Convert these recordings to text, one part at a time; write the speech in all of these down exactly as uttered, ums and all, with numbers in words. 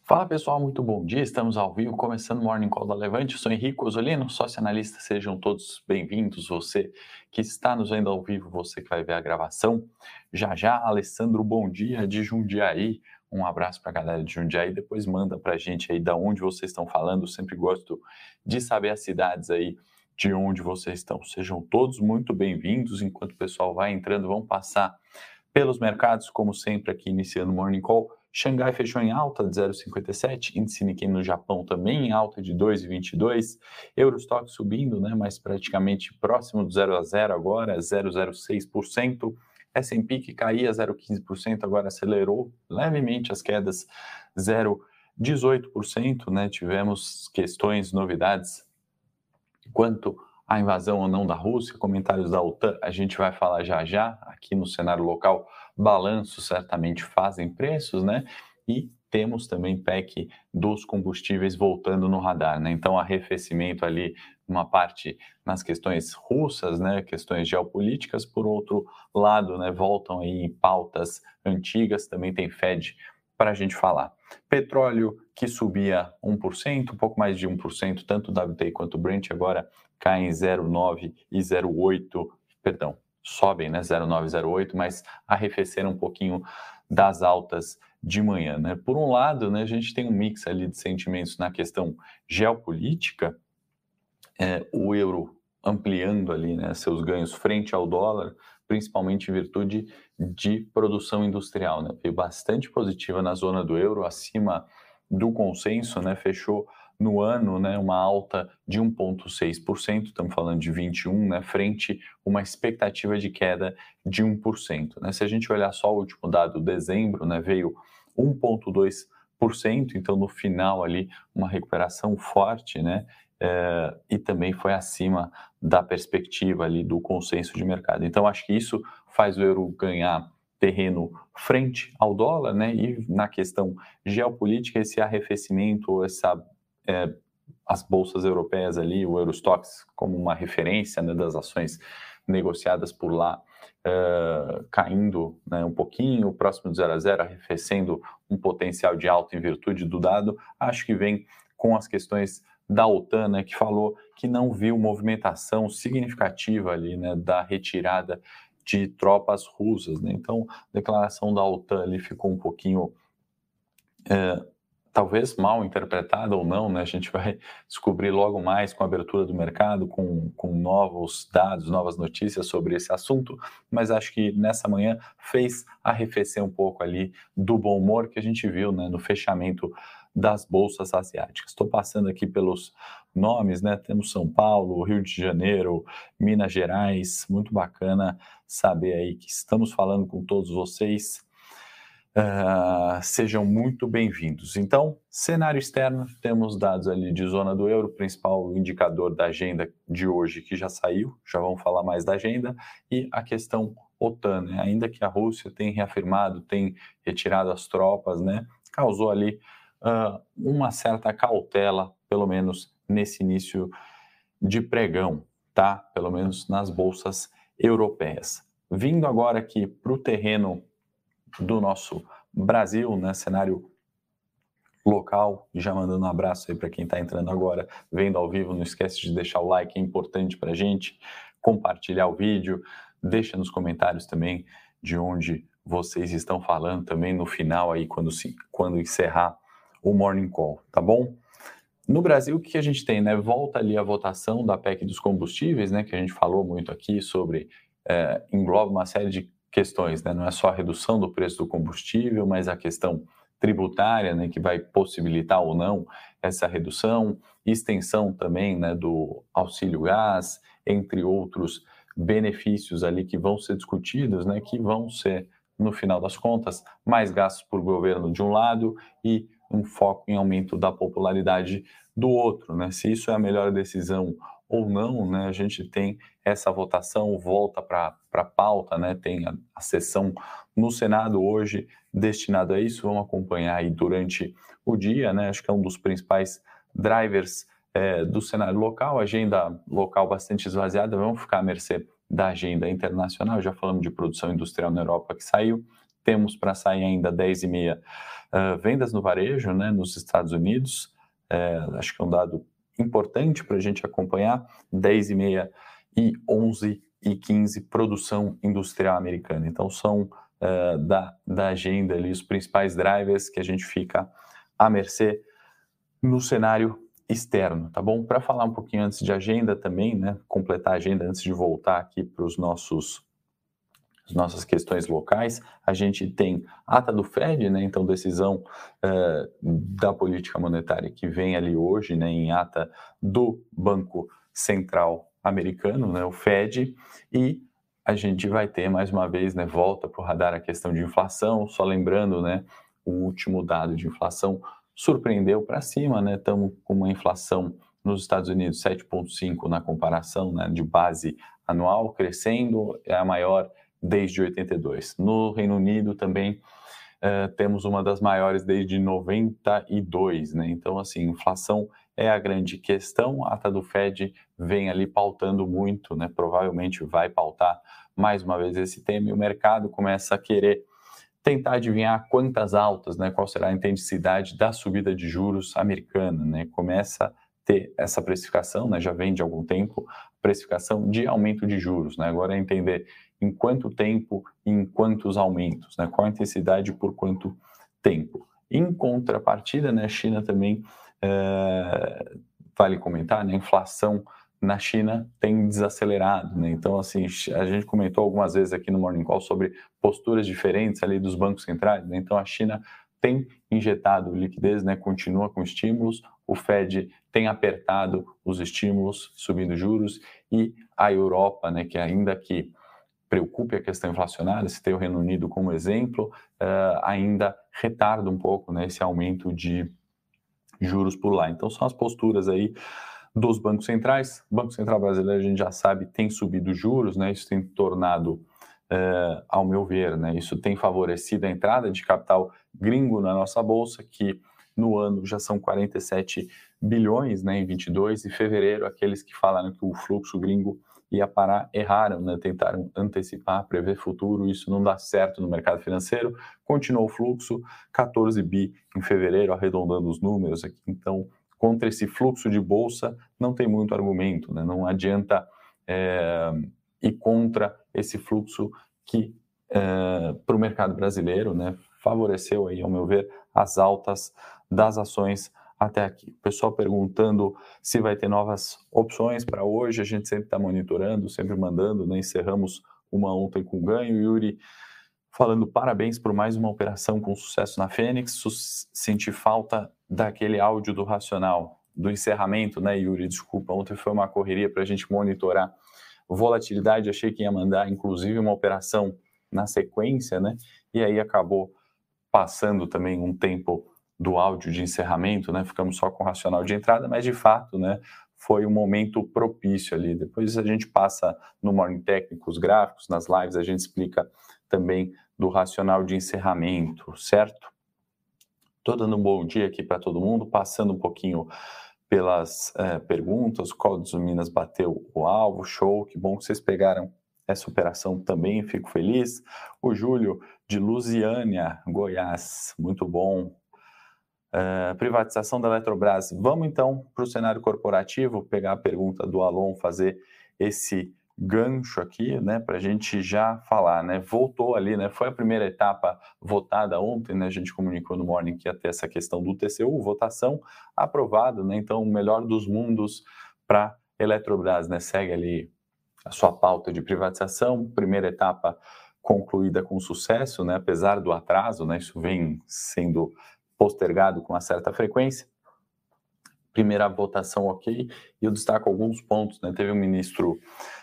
Fala pessoal, muito bom dia. Estamos ao vivo, começando o Morning Call da Levante. Eu sou Henrique Osolino, sócio analista. Sejam todos bem-vindos. Você que está nos vendo ao vivo, você que vai ver a gravação. Já já, Alessandro, bom dia de Jundiaí. Um abraço para a galera de Jundiaí. Depois manda para a gente aí de onde vocês estão falando. Eu sempre gosto de saber as cidades aí de onde vocês estão. Sejam todos muito bem-vindos. Enquanto o pessoal vai entrando, vamos passar pelos mercados, como sempre, aqui iniciando o Morning Call. Xangai fechou em alta de zero vírgula cinquenta e sete, índice Nikkei no Japão também em alta de dois vírgula vinte e dois, Eurostock subindo, né, mas praticamente próximo do zero a zero agora, zero vírgula zero seis por cento, S and P que caía zero vírgula quinze por cento, agora acelerou levemente as quedas, zero vírgula dezoito por cento, né, tivemos questões, novidades quanto à invasão ou não da Rússia, comentários da OTAN, a gente vai falar já já, aqui no cenário local, balanços certamente fazem preços, né? E temos também P E C dos combustíveis voltando no radar, né? Então, arrefecimento ali, uma parte nas questões russas, né? Questões geopolíticas, por outro lado, né? Voltam aí em pautas antigas, também tem Fed para a gente falar. Petróleo que subia um por cento, um pouco mais de um por cento, tanto o W T I quanto o Brent, agora cai em zero vírgula nove e zero vírgula oito, perdão, sobem, né, zero vírgula nove e zero vírgula oito, mas arrefeceram um pouquinho das altas de manhã, né? Por um lado, né, a gente tem um mix ali de sentimentos na questão geopolítica, é, o euro ampliando ali, né, seus ganhos frente ao dólar, principalmente em virtude de produção industrial, né? Veio bastante positiva na zona do euro, acima do consenso, né? Fechou no ano, né, uma alta de um vírgula seis por cento, estamos falando de vinte e um, né, frente a uma expectativa de queda de um por cento. Né? Se a gente olhar só o último dado, dezembro, né, veio um vírgula dois por cento, então no final ali uma recuperação forte, né, é, e também foi acima da perspectiva ali do consenso de mercado. Então acho que isso faz o euro ganhar terreno frente ao dólar, né, e na questão geopolítica esse arrefecimento, essa É, as bolsas europeias ali, o Eurostoxx como uma referência, né, das ações negociadas por lá, uh, caindo, né, um pouquinho, próximo de zero a zero, arrefecendo um potencial de alta em virtude do dado, acho que vem com as questões da OTAN, né, que falou que não viu movimentação significativa ali, né, da retirada de tropas russas, né? Então, a declaração da OTAN ali ficou um pouquinho É, talvez mal interpretada ou não, né? A gente vai descobrir logo mais com a abertura do mercado, com, com novos dados, novas notícias sobre esse assunto, mas acho que nessa manhã fez arrefecer um pouco ali do bom humor que a gente viu, né, no fechamento das bolsas asiáticas. Estou passando aqui pelos nomes, né? Temos São Paulo, Rio de Janeiro, Minas Gerais, muito bacana saber aí que estamos falando com todos vocês. Uh, sejam muito bem-vindos. Então, cenário externo, temos dados ali de zona do euro, principal indicador da agenda de hoje que já saiu, já vamos falar mais da agenda, e a questão OTAN, né? Ainda que a Rússia tenha reafirmado, tenha retirado as tropas, né? Causou ali uh, uma certa cautela, pelo menos nesse início de pregão, tá? Pelo menos nas bolsas europeias. Vindo agora aqui para o terreno do nosso Brasil, né, cenário local, já mandando um abraço aí para quem está entrando agora, vendo ao vivo, não esquece de deixar o like, é importante para a gente, compartilhar o vídeo, deixa nos comentários também de onde vocês estão falando também no final aí, quando, se, quando encerrar o Morning Call, tá bom? No Brasil, o que a gente tem, né? Volta ali a votação da P E C dos combustíveis, né, que a gente falou muito aqui sobre, é, engloba uma série de questões, né? Não é só a redução do preço do combustível, mas a questão tributária, né, que vai possibilitar ou não essa redução, extensão também, né, do auxílio gás, entre outros benefícios ali que vão ser discutidos, né, que vão ser, no final das contas, mais gastos por governo de um lado e um foco em aumento da popularidade do outro, né? Se isso é a melhor decisão ou não, né? A gente tem essa votação, volta para a pauta, né? Tem a, a sessão no Senado hoje destinada a isso, vamos acompanhar aí durante o dia, né? Acho que é um dos principais drivers é, do cenário local, agenda local bastante esvaziada, vamos ficar à mercê da agenda internacional, já falamos de produção industrial na Europa que saiu, temos para sair ainda dez e meia Uh, vendas no varejo, né, nos Estados Unidos, é, acho que é um dado importante para a gente acompanhar, dez e meia e onze e quinze, produção industrial americana. Então, são uh, da, da agenda ali os principais drivers que a gente fica à mercê no cenário externo, tá bom? Para falar um pouquinho antes de agenda também, né, completar a agenda antes de voltar aqui para os nossos as nossas questões locais, a gente tem ata do Fed, né, então decisão uh, da política monetária que vem ali hoje, né, em ata do Banco Central Americano, né, o Fed, e a gente vai ter mais uma vez, né, volta para o radar a questão de inflação, só lembrando, né, o último dado de inflação surpreendeu para cima, né, estamos com uma inflação nos Estados Unidos sete vírgula cinco na comparação, né, de base anual, crescendo, é a maior desde oitenta e dois. No Reino Unido também uh, temos uma das maiores desde noventa e dois, né? Então, assim, inflação é a grande questão. A ata do Fed vem ali pautando muito, né? Provavelmente vai pautar mais uma vez esse tema e o mercado começa a querer tentar adivinhar quantas altas, né? Qual será a intensidade da subida de juros americana, né? Começa a ter essa precificação, né? Já vem de algum tempo, precificação de aumento de juros, né? Agora é entender em quanto tempo e em quantos aumentos, né? Qual a intensidade por quanto tempo. Em contrapartida, né, a China também, é, vale comentar, né, a inflação na China tem desacelerado, né? Então, assim, a gente comentou algumas vezes aqui no Morning Call sobre posturas diferentes ali dos bancos centrais, né? Então, a China tem injetado liquidez, né? Continua com estímulos, o Fed tem apertado os estímulos, subindo juros, e a Europa, né, que ainda que preocupe a questão inflacionária, se tem o Reino Unido como exemplo, uh, ainda retarda um pouco, né, esse aumento de juros por lá. Então, são as posturas aí dos bancos centrais. O Banco Central Brasileiro, a gente já sabe, tem subido juros, né, isso tem tornado, uh, ao meu ver, né, isso tem favorecido a entrada de capital gringo na nossa bolsa, que no ano já são quarenta e sete bilhões, né, em vinte e dois, e fevereiro, aqueles que falaram que o fluxo gringo ia parar, erraram, né? Tentaram antecipar, prever futuro, isso não dá certo no mercado financeiro. Continuou o fluxo, quatorze bi em fevereiro, arredondando os números aqui. Então, contra esse fluxo de bolsa, não tem muito argumento, né? Não adianta é, ir contra esse fluxo que, é, para o mercado brasileiro, né, favoreceu aí, ao meu ver, as altas das ações até aqui. O pessoal perguntando se vai ter novas opções para hoje, a gente sempre está monitorando, sempre mandando, né? Encerramos uma ontem com ganho. Yuri falando parabéns por mais uma operação com sucesso na Fênix. Senti falta daquele áudio do Racional, do encerramento, né, Yuri? Desculpa, ontem foi uma correria para a gente monitorar volatilidade, achei que ia mandar inclusive uma operação na sequência, né? E aí acabou passando também um tempo do áudio de encerramento, né? Ficamos só com o racional de entrada, mas de fato, né, foi um momento propício ali. Depois a gente passa no Morning Técnico os gráficos, nas lives a gente explica também do racional de encerramento, certo? Tô dando um bom dia aqui para todo mundo, passando um pouquinho pelas é, perguntas. O Call dos Minas bateu o alvo, show, que bom que vocês pegaram essa operação também, fico feliz. O Júlio de Lusiânia, Goiás, muito bom. Uh, privatização da Eletrobras. Vamos então para o cenário corporativo, pegar a pergunta do Alon, fazer esse gancho aqui, né, para a gente já falar, né, voltou ali, né, foi a primeira etapa votada ontem, né, a gente comunicou no Morning que ia ter essa questão do T C U, votação aprovada, né, então o melhor dos mundos para Eletrobras, né, segue ali a sua pauta de privatização, primeira etapa concluída com sucesso, né, apesar do atraso, né, isso vem sendo postergado com uma certa frequência. Primeira votação ok, e eu destaco alguns pontos, né? Teve um ministro,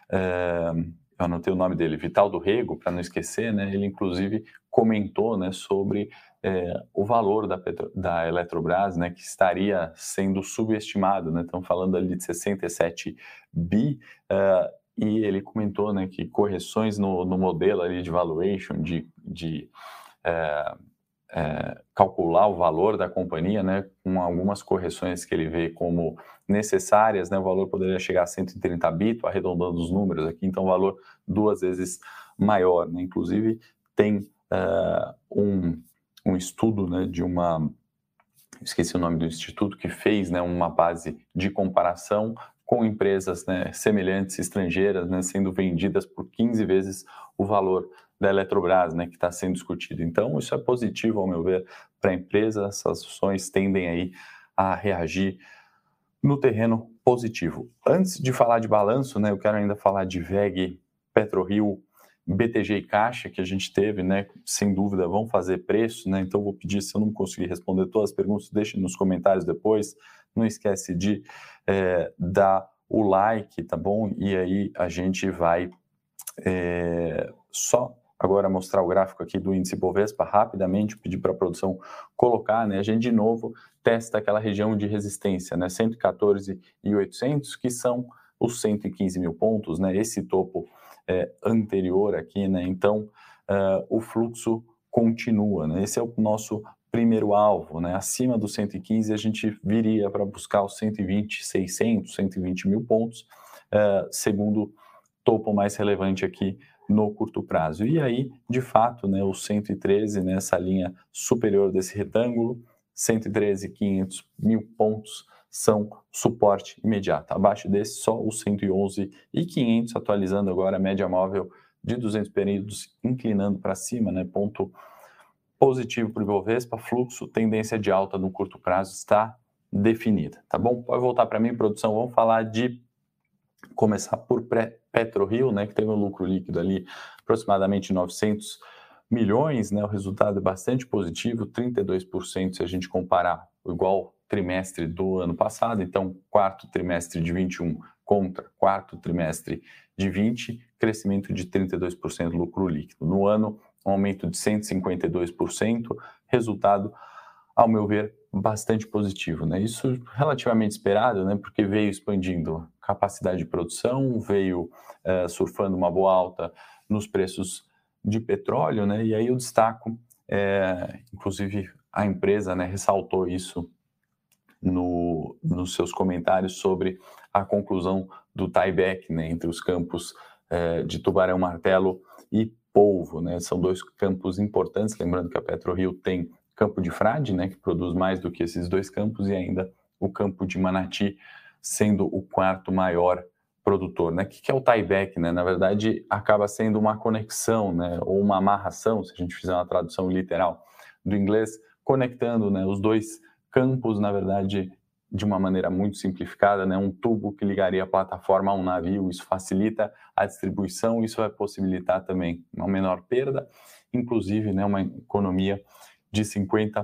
é, eu anotei o nome dele, Vital do Rego, para não esquecer, né? Ele inclusive comentou, né, sobre é, o valor da, Petro, da Eletrobras, né, que estaria sendo subestimado, né? Estão falando ali de sessenta e sete bi, uh, e ele comentou, né, que correções no, no modelo ali de valuation, de, de uh, É, calcular o valor da companhia, né, com algumas correções que ele vê como necessárias, né, o valor poderia chegar a cento e trinta bi, arredondando os números aqui, então o valor duas vezes maior, né, inclusive tem uh, um um estudo, né, de uma, esqueci o nome do instituto, que fez, né, uma base de comparação com empresas, né, semelhantes estrangeiras, né, sendo vendidas por quinze vezes o valor da Eletrobras, né, que está sendo discutido. Então, isso é positivo, ao meu ver, para a empresa. Essas ações tendem aí a reagir no terreno positivo. Antes de falar de balanço, né, eu quero ainda falar de V E G, PetroRio, B T G e Caixa, que a gente teve, né, sem dúvida vão fazer preço, né, então vou pedir, se eu não conseguir responder todas as perguntas, deixe nos comentários depois, não esquece de é, dar o like, tá bom? E aí a gente vai é, só agora mostrar o gráfico aqui do índice Bovespa rapidamente, pedir para a produção colocar, né, a gente de novo testa aquela região de resistência, né, cento e quatorze mil e oitocentos, que são os cento e quinze mil pontos, né, esse topo é, anterior aqui, né, então uh, o fluxo continua, né, esse é o nosso primeiro alvo, né, acima do cento e quinze a gente viria para buscar os cento e vinte, seiscentos, cento e vinte mil pontos, uh, segundo topo mais relevante aqui no curto prazo. E aí, de fato, né, o cento e treze, né, essa linha superior desse retângulo, cento e treze, quinhentos mil pontos são suporte imediato. Abaixo desse, só o cento e onze e quinhentos, atualizando agora a média móvel de duzentos períodos, inclinando para cima, né, ponto positivo para o Ibovespa, fluxo, tendência de alta no curto prazo está definida, tá bom? Pode voltar para mim, produção, vamos falar de começar por PetroRio, né, que teve um lucro líquido ali aproximadamente novecentos milhões, né, o resultado é bastante positivo, trinta e dois por cento se a gente comparar o igual trimestre do ano passado, então quarto trimestre de vinte e um contra quarto trimestre de vinte, crescimento de trinta e dois por cento lucro líquido. No ano, um aumento de cento e cinquenta e dois por cento, resultado, ao meu ver, bastante positivo, né? Isso relativamente esperado, né? Porque veio expandindo capacidade de produção, veio uh, surfando uma boa alta nos preços de petróleo, né? E aí eu destaco, é, inclusive a empresa, né, ressaltou isso no, nos seus comentários sobre a conclusão do tieback, né, entre os campos é, de Tubarão Martelo e Polvo, né? São dois campos importantes, lembrando que a PetroRio tem campo de Frade, né, que produz mais do que esses dois campos, e ainda o campo de Manati, sendo o quarto maior produtor, né? O que é o tieback, né? Na verdade, acaba sendo uma conexão, né, ou uma amarração, se a gente fizer uma tradução literal do inglês, conectando, né, os dois campos, na verdade, de uma maneira muito simplificada, né, um tubo que ligaria a plataforma a um navio. Isso facilita a distribuição, isso vai possibilitar também uma menor perda, inclusive, né, uma economia de cinquenta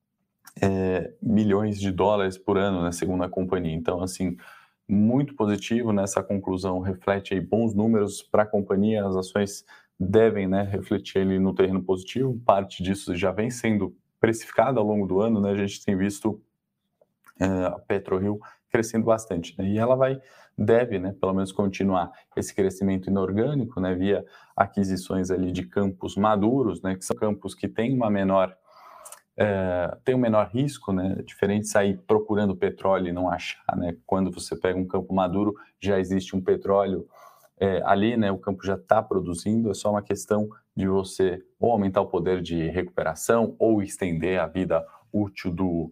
é, milhões de dólares por ano, né, segundo a companhia. Então, assim, muito positivo nessa conclusão, reflete aí bons números para a companhia, as ações devem, né, refletir ali no terreno positivo, parte disso já vem sendo precificada ao longo do ano, né, a gente tem visto é, a PetroRio crescendo bastante, né, e ela vai, deve, né, pelo menos continuar esse crescimento inorgânico, né, via aquisições ali de campos maduros, né, que são campos que têm uma menor É, tem um menor risco, né? Diferente de sair procurando petróleo e não achar, né? Quando você pega um campo maduro, já existe um petróleo é, ali, né? O campo já está produzindo, é só uma questão de você ou aumentar o poder de recuperação ou estender a vida útil do,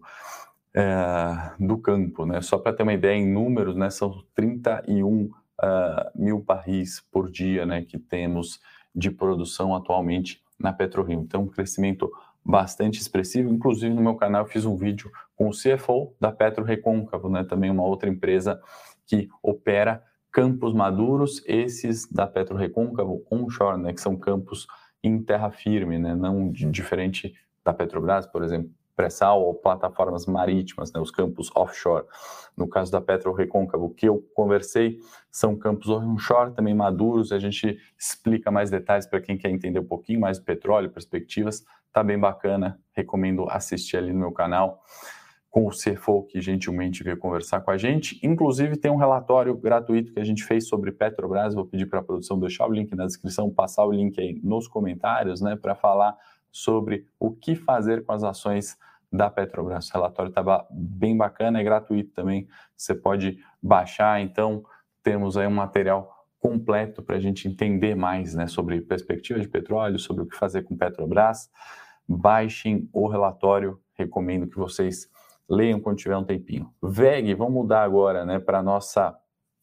é, do campo, né? Só para ter uma ideia, em números, né? São trinta e um uh, mil barris por dia, né? Que temos de produção atualmente na PetroRio. Então, um crescimento bastante expressivo. Inclusive, no meu canal eu fiz um vídeo com o C F O da Petro Recôncavo, né, também uma outra empresa que opera campos maduros, esses da Petro Recôncavo onshore, né, que são campos em terra firme, né, não diferente da Petrobras, por exemplo, pré-sal ou plataformas marítimas, né, os campos offshore. No caso da Petro Recôncavo, o que eu conversei são campos onshore, também maduros, a gente explica mais detalhes para quem quer entender um pouquinho mais do petróleo, perspectivas. Tá bem bacana, recomendo assistir ali no meu canal com o C F O que gentilmente veio conversar com a gente. Inclusive tem um relatório gratuito que a gente fez sobre Petrobras, vou pedir para a produção deixar o link na descrição, passar o link aí nos comentários, né, para falar sobre o que fazer com as ações da Petrobras. O relatório estava bem bacana, é gratuito também, você pode baixar, então temos aí um material completo para a gente entender mais, né, sobre perspectiva de petróleo, sobre o que fazer com Petrobras. baixem o relatório, recomendo que vocês leiam quando tiver um tempinho. V E G, vamos mudar agora, né, para nossa,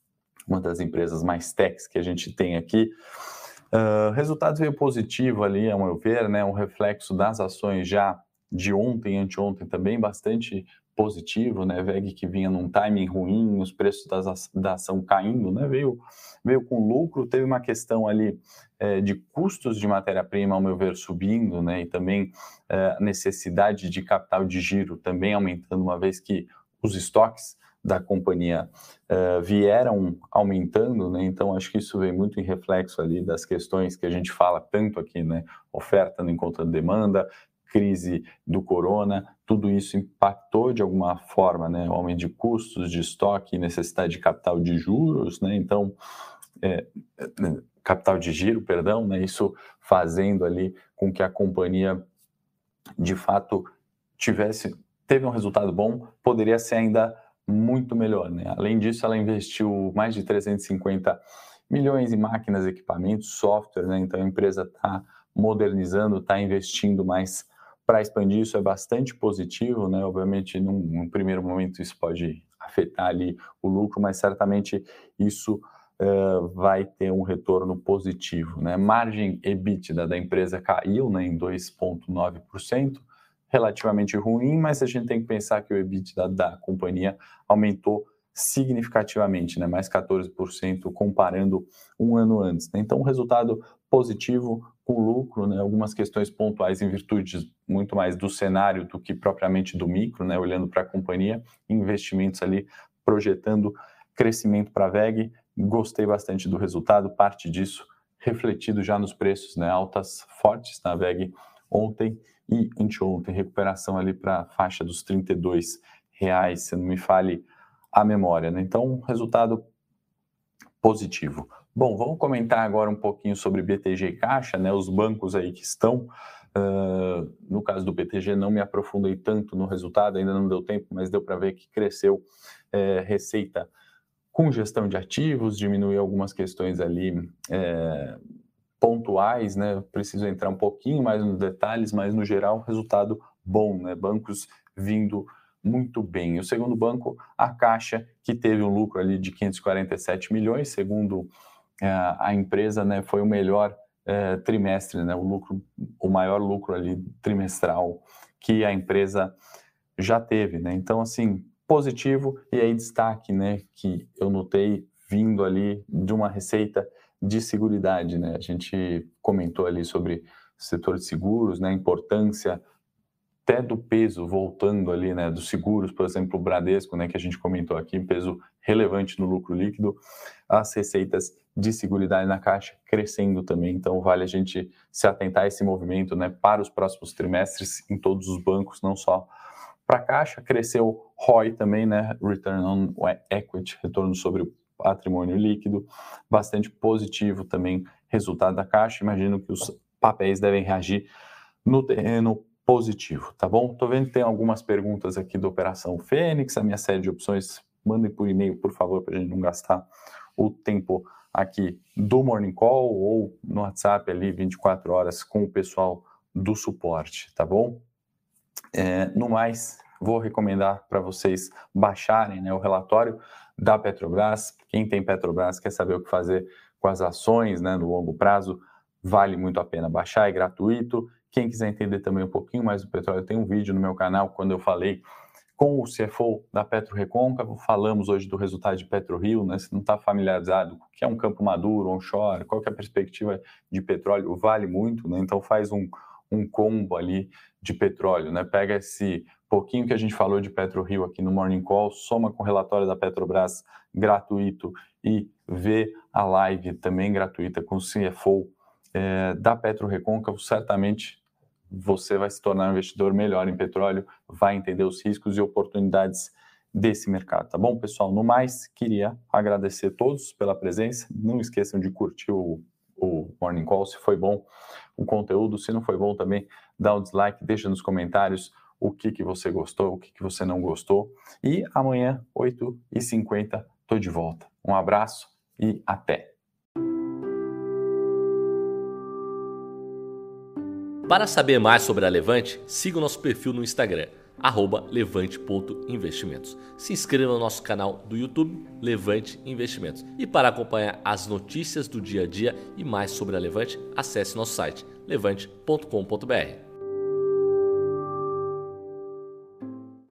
uma das empresas mais techs que a gente tem aqui. Uh, resultado veio positivo ali, ao meu ver, né, um reflexo das ações já de ontem, anteontem também bastante positivo, né, V E G que vinha num timing ruim, os preços das, da ação caindo, né, veio, veio com lucro, teve uma questão ali é, de custos de matéria-prima, ao meu ver, subindo, né, e também a é, necessidade de capital de giro também aumentando, uma vez que os estoques da companhia uh, vieram aumentando, né? Então acho que isso vem muito em reflexo ali das questões que a gente fala tanto aqui, né? Oferta não encontrando demanda, crise do corona, tudo isso impactou de alguma forma, né? O aumento de custos de estoque, necessidade de capital de juros, né? Então, é, capital de giro, perdão, né? Isso fazendo ali com que a companhia, de fato, tivesse, teve um resultado bom, poderia ser ainda muito melhor, né? Além disso, ela investiu mais de trezentos e cinquenta milhões em máquinas, equipamentos, software, né? Então a empresa está modernizando, está investindo mais para expandir. Isso é bastante positivo, né? Obviamente, num, num primeiro momento isso pode afetar ali o lucro, mas certamente isso uh, vai ter um retorno positivo, né? Margem EBITDA da empresa caiu, né, em dois vírgula nove por cento. Relativamente ruim, mas a gente tem que pensar que o EBITDA da companhia aumentou significativamente, né, mais quatorze por cento comparando um ano antes, né? Então, um resultado positivo com lucro, né, algumas questões pontuais em virtude muito mais do cenário do que propriamente do micro, né, olhando para a companhia, investimentos ali projetando crescimento para a V E G, gostei bastante do resultado, parte disso refletido já nos preços, né, altas fortes na V E G ontem e anteontem, recuperação ali para a faixa dos trinta e dois reais, se não me fale a memória, né? Então, resultado positivo. Bom, vamos comentar agora um pouquinho sobre B T G e Caixa, né? Os bancos aí que estão, uh, no caso do B T G, não me aprofundei tanto no resultado, ainda não deu tempo, mas deu para ver que cresceu é, receita com gestão de ativos, diminuiu algumas questões ali é, pontuais, né? Preciso entrar um pouquinho mais nos detalhes, mas no geral, resultado bom, né? Bancos vindo muito bem. O segundo banco, a Caixa, que teve um lucro ali de quinhentos e quarenta e sete milhões, segundo é, a empresa, né? Foi o melhor é, trimestre, né? O lucro, o maior lucro ali trimestral que a empresa já teve, né? Então, assim, positivo. E aí destaque, né? Que eu notei vindo ali de uma receita de seguridade, né? A gente comentou ali sobre o setor de seguros, né? A importância até do peso voltando ali, né? Dos seguros, por exemplo, o Bradesco, né? Que a gente comentou aqui, peso relevante no lucro líquido, as receitas de seguridade na Caixa crescendo também. Então, vale a gente se atentar a esse movimento, né? Para os próximos trimestres em todos os bancos, não só para a Caixa. Cresceu R O I também, né? Return on Equity, retorno sobre o patrimônio líquido, bastante positivo também resultado da Caixa. Imagino que os papéis devem reagir no terreno positivo, tá bom? Tô vendo que tem algumas perguntas aqui da Operação Fênix, a minha série de opções, mandem por e-mail, por favor, para a gente não gastar o tempo aqui do Morning Call ou no WhatsApp ali vinte e quatro horas com o pessoal do suporte, tá bom? É, no mais, vou recomendar para vocês baixarem, né, o relatório da Petrobras. Quem tem Petrobras quer saber o que fazer com as ações, né, no longo prazo, vale muito a pena baixar, é gratuito. Quem quiser entender também um pouquinho mais do petróleo, tem um vídeo no meu canal quando eu falei com o C F O da PetroRecôncavo, falamos hoje do resultado de PetroRio, né? Se não está familiarizado, o que é um campo maduro, onshore, qual que é a perspectiva de petróleo, vale muito, né? Então faz um, um combo ali de petróleo, né? Pega esse pouquinho que a gente falou de PetroRio aqui no Morning Call, soma com o relatório da Petrobras gratuito e vê a live também gratuita com o C F O é, da PetroRecôncavo, certamente você vai se tornar um investidor melhor em petróleo, vai entender os riscos e oportunidades desse mercado, tá bom, pessoal? No mais, queria agradecer a todos pela presença. Não esqueçam de curtir o, o Morning Call, se foi bom o conteúdo. Se não foi bom também, dá um dislike, deixa nos comentários o que, que você gostou, o que, que você não gostou. E amanhã, oito e cinquenta, estou de volta. Um abraço e até! Para saber mais sobre a Levante, siga o nosso perfil no Instagram, arroba levante ponto investimentos. Se inscreva no nosso canal do YouTube, Levante Investimentos. E para acompanhar as notícias do dia a dia e mais sobre a Levante, acesse nosso site levante ponto com ponto br.